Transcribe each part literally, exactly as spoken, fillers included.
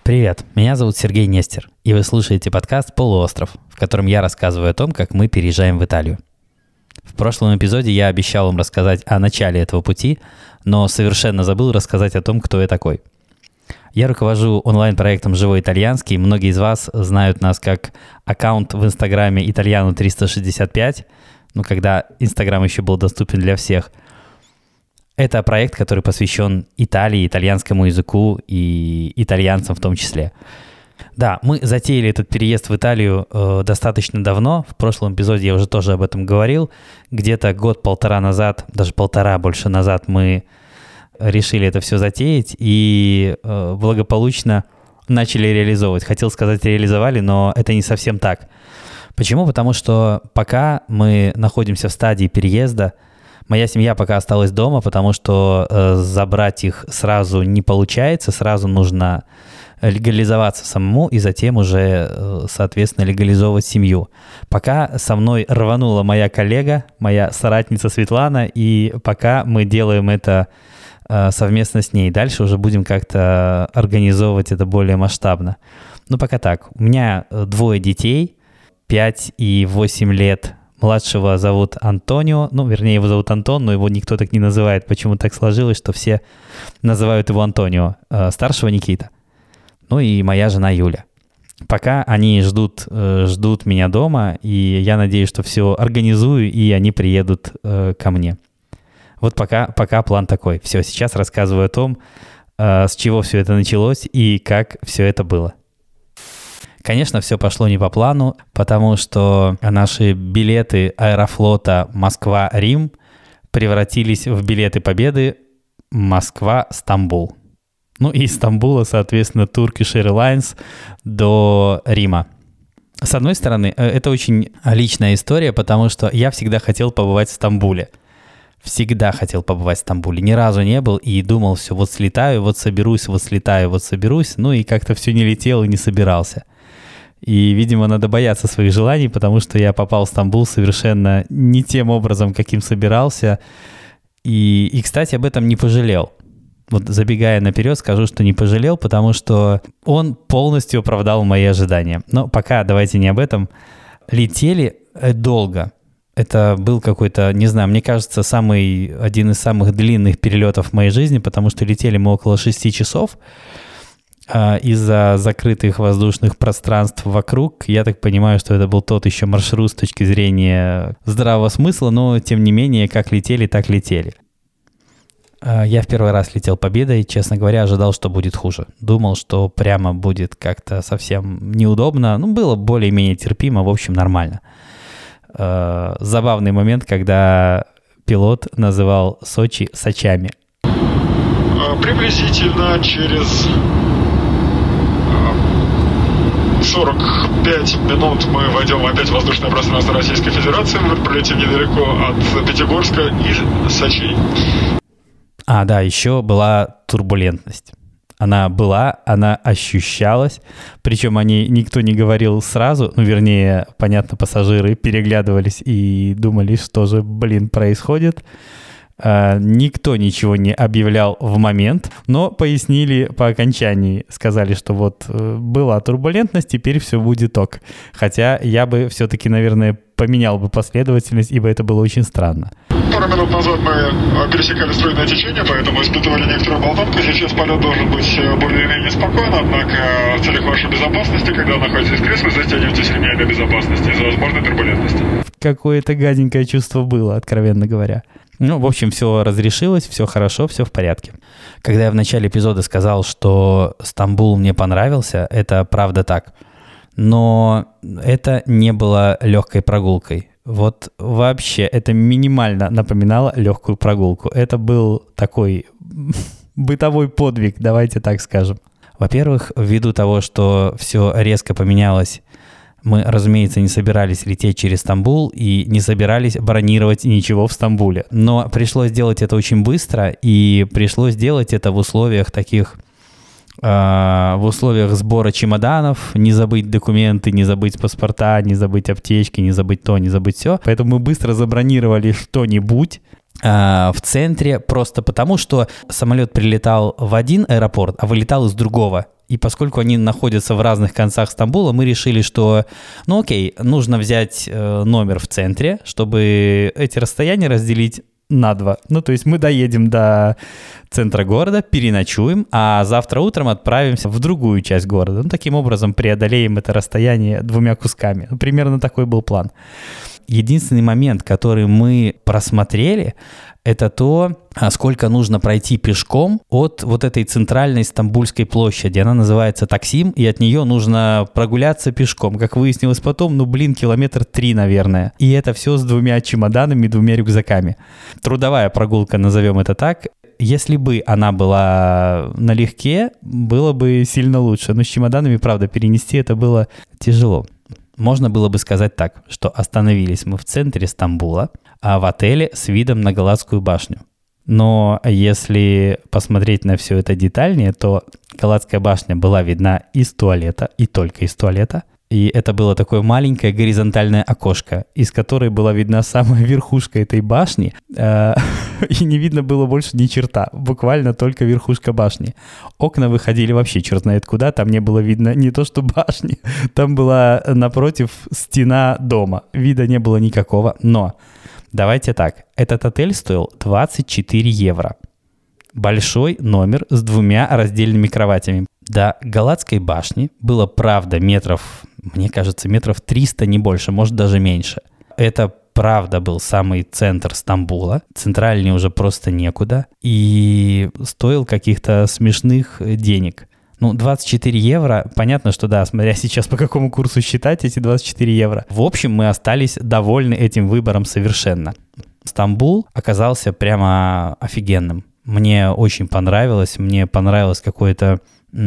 Привет, меня зовут Сергей Нестер, и вы слушаете подкаст «Полуостров», в котором я рассказываю о том, как мы переезжаем в Италию. В прошлом эпизоде я обещал вам рассказать о начале этого пути, но совершенно забыл рассказать о том, кто я такой. Я руковожу онлайн-проектом «Живой итальянский», многие из вас знают нас как аккаунт в Инстаграме «Итальяно триста шестьдесят пять», ну, когда Инстаграм еще был доступен для всех. Это проект, который посвящен Италии, итальянскому языку и итальянцам в том числе. Да, мы затеяли этот переезд в Италию э, достаточно давно. В прошлом эпизоде я уже тоже об этом говорил. Где-то год-полтора назад, даже полтора больше назад мы решили это все затеять и э, благополучно начали реализовывать. Хотел сказать реализовали, но это не совсем так. Почему? Потому что пока мы находимся в стадии переезда, моя семья пока осталась дома, потому что э, забрать их сразу не получается, сразу нужно легализоваться самому и затем уже, э, соответственно, легализовывать семью. Пока со мной рванула моя коллега, моя соратница Светлана, и пока мы делаем это э, совместно с ней. Дальше уже будем как-то организовывать это более масштабно. Ну, пока так. У меня двое детей, пять и восемь лет. Младшего зовут Антонио, ну, вернее, его зовут Антон, но его никто так не называет. Почему так сложилось, что все называют его Антонио. Старшего Никита. Ну и моя жена Юля. Пока они ждут, ждут меня дома, и я надеюсь, что все организую, и они приедут ко мне. Вот пока, пока план такой. Все, сейчас рассказываю о том, с чего все это началось и как все это было. Конечно, все пошло не по плану, потому что наши билеты Аэрофлота Москва-Рим превратились в билеты Победы Москва-Стамбул. Ну и из Стамбула, соответственно, Turkish Airlines до Рима. С одной стороны, это очень личная история, потому что я всегда хотел побывать в Стамбуле. Всегда хотел побывать в Стамбуле. Ни разу не был и думал, все, вот слетаю, вот соберусь, вот слетаю, вот соберусь. Ну и как-то все не летел и не собирался. И, видимо, надо бояться своих желаний, потому что я попал в Стамбул совершенно не тем образом, каким собирался. И, и, кстати, об этом не пожалел. Вот забегая наперед, скажу, что не пожалел, потому что он полностью оправдал мои ожидания. Но пока давайте не об этом. Летели долго. Это был какой-то, не знаю, мне кажется, самый, один из самых длинных перелетов в моей жизни, потому что летели мы около шести часов. Из-за закрытых воздушных пространств вокруг. Я так понимаю, что это был тот еще маршрут с точки зрения здравого смысла, но тем не менее, как летели, так летели. Я в первый раз летел Победой, честно говоря, ожидал, что будет хуже. Думал, что прямо будет как-то совсем неудобно. Ну, было более-менее терпимо, в общем, нормально. Забавный момент, когда пилот называл Сочи Сочами. Приблизительно через сорок пять минут мы войдем опять в воздушное пространство Российской Федерации. Мы пролетим недалеко от Пятигорска и Сочи. А, да, еще была турбулентность. Она была, она ощущалась. Причем о ней никто не говорил сразу. Ну, вернее, понятно, пассажиры переглядывались и думали, что же, блин, происходит. Uh, никто ничего не объявлял в момент, но пояснили по окончании. Сказали, что вот uh, была турбулентность, теперь все будет ок. Хотя я бы все-таки, наверное, поменял бы последовательность, ибо это было очень странно. Пару минут назад мы пересекали стройное течение, поэтому испытывали некоторую болтанку. Сейчас полет должен быть более-менее спокойно, однако в целях вашей безопасности, когда находитесь в кресле, застегивайтесь ремнями безопасности из-за возможной турбулентности. Какое-то гаденькое чувство было, откровенно говоря. Ну, в общем, все разрешилось, все хорошо, все в порядке. Когда я в начале эпизода сказал, что Стамбул мне понравился, это правда так. Но это не было легкой прогулкой. Вот вообще это минимально напоминало легкую прогулку. Это был такой бытовой подвиг, давайте так скажем. Во-первых, ввиду того, что все резко поменялось, мы, разумеется, не собирались лететь через Стамбул и не собирались бронировать ничего в Стамбуле. Но пришлось делать это очень быстро, и пришлось делать это в условиях таких, э, в условиях сбора чемоданов, не забыть документы, не забыть паспорта, не забыть аптечки, не забыть то, не забыть все. Поэтому мы быстро забронировали что-нибудь э, в центре, просто потому что самолет прилетал в один аэропорт, а вылетал из другого. И поскольку они находятся в разных концах Стамбула, мы решили, что, ну окей, нужно взять э, номер в центре, чтобы эти расстояния разделить на два. Ну, то есть мы доедем до центра города, переночуем, а завтра утром отправимся в другую часть города. Ну, таким образом преодолеем это расстояние двумя кусками. Ну, примерно такой был план. Единственный момент, который мы просмотрели, это то, сколько нужно пройти пешком от вот этой центральной Стамбульской площади. Она называется Таксим, и от нее нужно прогуляться пешком. Как выяснилось потом, ну, блин, километр три, наверное. И это все с двумя чемоданами, двумя рюкзаками. Трудовая прогулка, назовем это так. Если бы она была налегке, было бы сильно лучше. Но с чемоданами, правда, перенести это было тяжело. Можно было бы сказать так, что остановились мы в центре Стамбула, а в отеле с видом на Галатскую башню. Но если посмотреть на все это детальнее, то Галатская башня была видна из туалета, и только из туалета. И это было такое маленькое горизонтальное окошко, из которой была видна самая верхушка этой башни, э, и не видно было больше ни черта, буквально только верхушка башни. Окна выходили вообще черт знает куда, там не было видно не то что башни, там была напротив стена дома, вида не было никакого. Но давайте так, этот отель стоил двадцать четыре евро. Большой номер с двумя раздельными кроватями. До Галатской башни было, правда, метров, мне кажется, метров триста, не больше, может, даже меньше. Это, правда, был самый центр Стамбула. Центральнее уже просто некуда. И стоил каких-то смешных денег. Ну, двадцать четыре евро, понятно, что да, смотря сейчас по какому курсу считать эти двадцать четыре евро. В общем, мы остались довольны этим выбором совершенно. Стамбул оказался прямо офигенным. Мне очень понравилось, мне понравилось какое-то,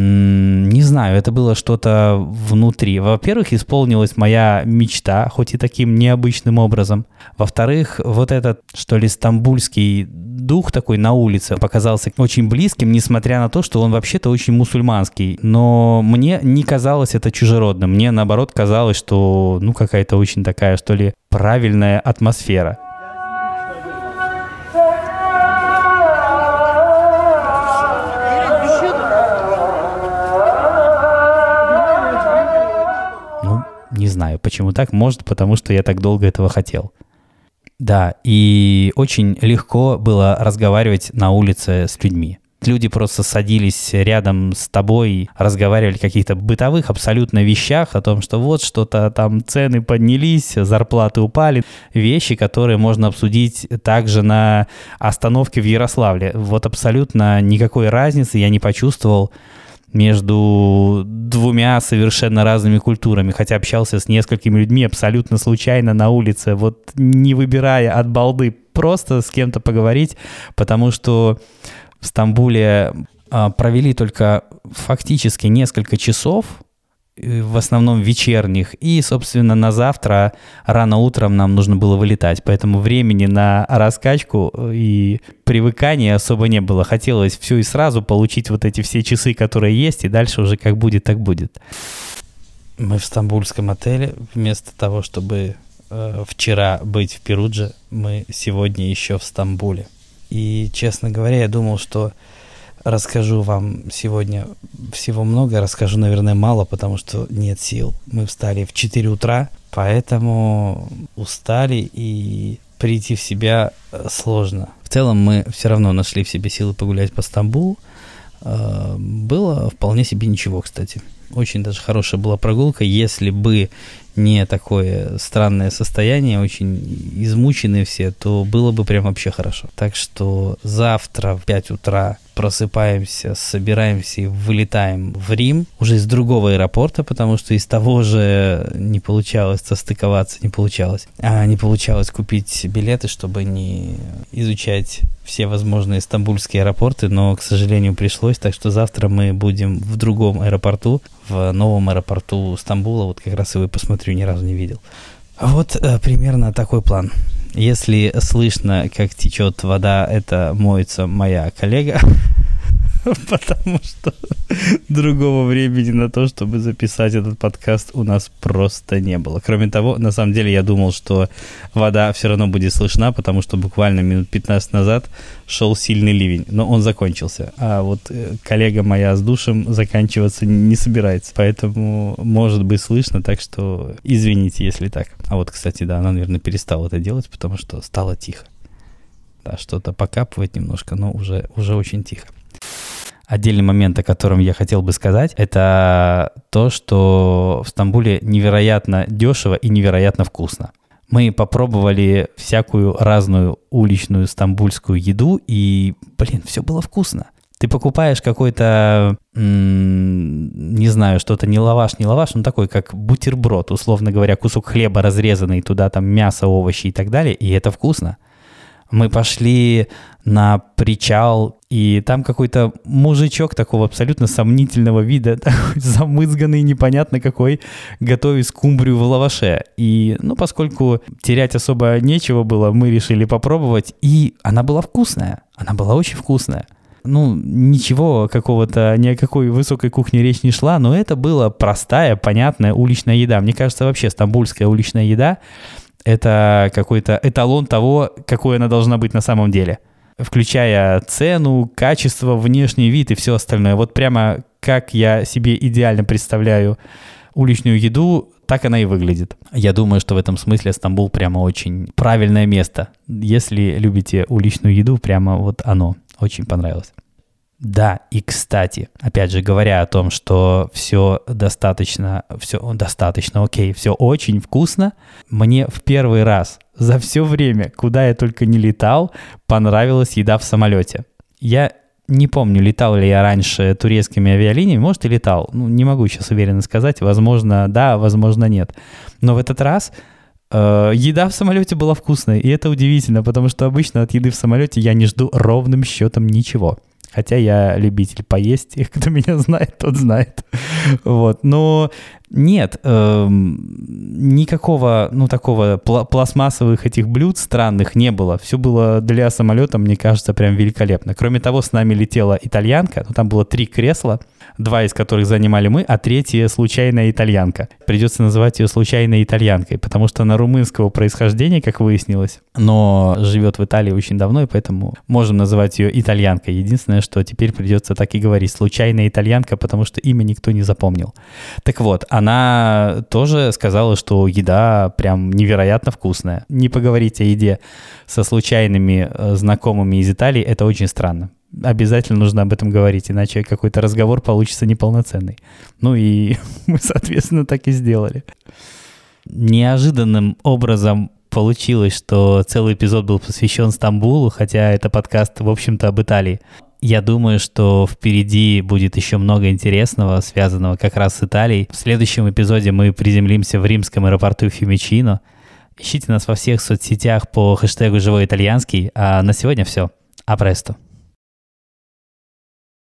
не знаю, это было что-то внутри. Во-первых, исполнилась моя мечта, хоть и таким необычным образом. Во-вторых, вот этот, что ли, стамбульский дух такой на улице показался очень близким, несмотря на то, что он вообще-то очень мусульманский. Но мне не казалось это чужеродным. Мне, наоборот, казалось, что, ну, какая-то очень такая, что ли, правильная атмосфера. Не знаю, почему так. Может, потому что я так долго этого хотел. Да, и очень легко было разговаривать на улице с людьми. Люди просто садились рядом с тобой, разговаривали о каких-то бытовых абсолютно вещах, о том, что вот что-то там цены поднялись, зарплаты упали. Вещи, которые можно обсудить также на остановке в Ярославле. Вот абсолютно никакой разницы я не почувствовал между двумя совершенно разными культурами, хотя общался с несколькими людьми абсолютно случайно на улице, вот не выбирая от балды, просто с кем-то поговорить, потому что в Стамбуле а, провели только фактически несколько часов, в основном вечерних, и, собственно, на завтра рано утром нам нужно было вылетать, поэтому времени на раскачку и привыкание особо не было. Хотелось все и сразу получить вот эти все часы, которые есть, и дальше уже как будет, так будет. Мы в стамбульском отеле. Вместо того, чтобы э, вчера быть в Перудже, мы сегодня еще в Стамбуле. И, честно говоря, я думал, что расскажу вам сегодня всего много, расскажу, наверное, мало, потому что нет сил. Мы встали в четыре утра, поэтому устали и прийти в себя сложно. В целом мы все равно нашли в себе силы погулять по Стамбулу. Было вполне себе ничего, кстати. Очень даже хорошая была прогулка, если бы не такое странное состояние, очень измученные все, то было бы прям вообще хорошо. Так что завтра в пять утра просыпаемся, собираемся и вылетаем в Рим, уже из другого аэропорта, потому что из того же не получалось состыковаться, не получалось. А не получалось купить билеты, чтобы не изучать все возможные стамбульские аэропорты, но, к сожалению, пришлось, так что завтра мы будем в другом аэропорту, в новом аэропорту Стамбула, вот как раз его и посмотрю, ни разу не видел. Вот э, примерно такой план. Если слышно, как течет вода, это моется моя коллега. Потому что другого времени на то, чтобы записать этот подкаст, у нас просто не было. Кроме того, на самом деле я думал, что вода все равно будет слышна, потому что буквально минут пятнадцать назад шел сильный ливень, но он закончился. А вот коллега моя с душем заканчиваться не собирается, поэтому может быть слышно, так что извините, если так. А вот, кстати, да, она, наверное, перестала это делать, потому что стало тихо. Да, что-то покапывает немножко, но уже, уже очень тихо. Отдельный момент, о котором я хотел бы сказать, это то, что в Стамбуле невероятно дешево и невероятно вкусно. Мы попробовали всякую разную уличную стамбульскую еду, и, блин, все было вкусно. Ты покупаешь какой-то, м- не знаю, что-то не лаваш, не лаваш, ну такой, как бутерброд, условно говоря, кусок хлеба разрезанный, туда там мясо, овощи и так далее, и это вкусно. Мы пошли на причал, и там какой-то мужичок такого абсолютно сомнительного вида, такой замызганный, непонятно какой, готовит скумбрию в лаваше. И, ну, поскольку терять особо нечего было, мы решили попробовать, и она была вкусная, она была очень вкусная. Ну, ничего какого-то, ни о какой высокой кухне речь не шла, но это была простая, понятная уличная еда. Мне кажется, вообще стамбульская уличная еда — это какой-то эталон того, какой она должна быть на самом деле. Включая цену, качество, внешний вид и все остальное. Вот прямо как я себе идеально представляю уличную еду, так она и выглядит. Я думаю, что в этом смысле Стамбул прямо очень правильное место. Если любите уличную еду, прямо вот оно. Очень понравилось. Да, и кстати, опять же, говоря о том, что все достаточно, все достаточно, окей, все очень вкусно, мне в первый раз за все время, куда я только не летал, понравилась еда в самолете. Я не помню, летал ли я раньше турецкими авиалиниями, может, и летал, ну, не могу сейчас уверенно сказать, возможно, да, возможно, нет. Но в этот раз э, еда в самолете была вкусной, и это удивительно, потому что обычно от еды в самолете я не жду ровным счетом ничего. Хотя я любитель поесть, и кто меня знает, тот знает. Вот. Но нет, эм, никакого, ну, такого пла- пластмассовых этих блюд странных не было. Все было для самолета, мне кажется, прям великолепно. Кроме того, с нами летела итальянка, ну, там было три кресла, два из которых занимали мы, а третья случайная итальянка. Придется называть ее случайной итальянкой, потому что она румынского происхождения, как выяснилось, но живет в Италии очень давно, и поэтому можем называть ее итальянкой. Единственное, что теперь придется так и говорить, случайная итальянка, потому что имя никто не запомнил. Так вот, она тоже сказала, что еда прям невероятно вкусная. Не поговорить о еде со случайными э, знакомыми из Италии, это очень странно. Обязательно нужно об этом говорить, иначе какой-то разговор получится неполноценный. Ну и мы, соответственно, так и сделали. Неожиданным образом получилось, что целый эпизод был посвящен Стамбулу, хотя это подкаст, в общем-то, об Италии. Я думаю, что впереди будет еще много интересного, связанного как раз с Италией. В следующем эпизоде мы приземлимся в римском аэропорту Фьюмичино. Ищите нас во всех соцсетях по хэштегу «Живой итальянский». А на сегодня все. А престо.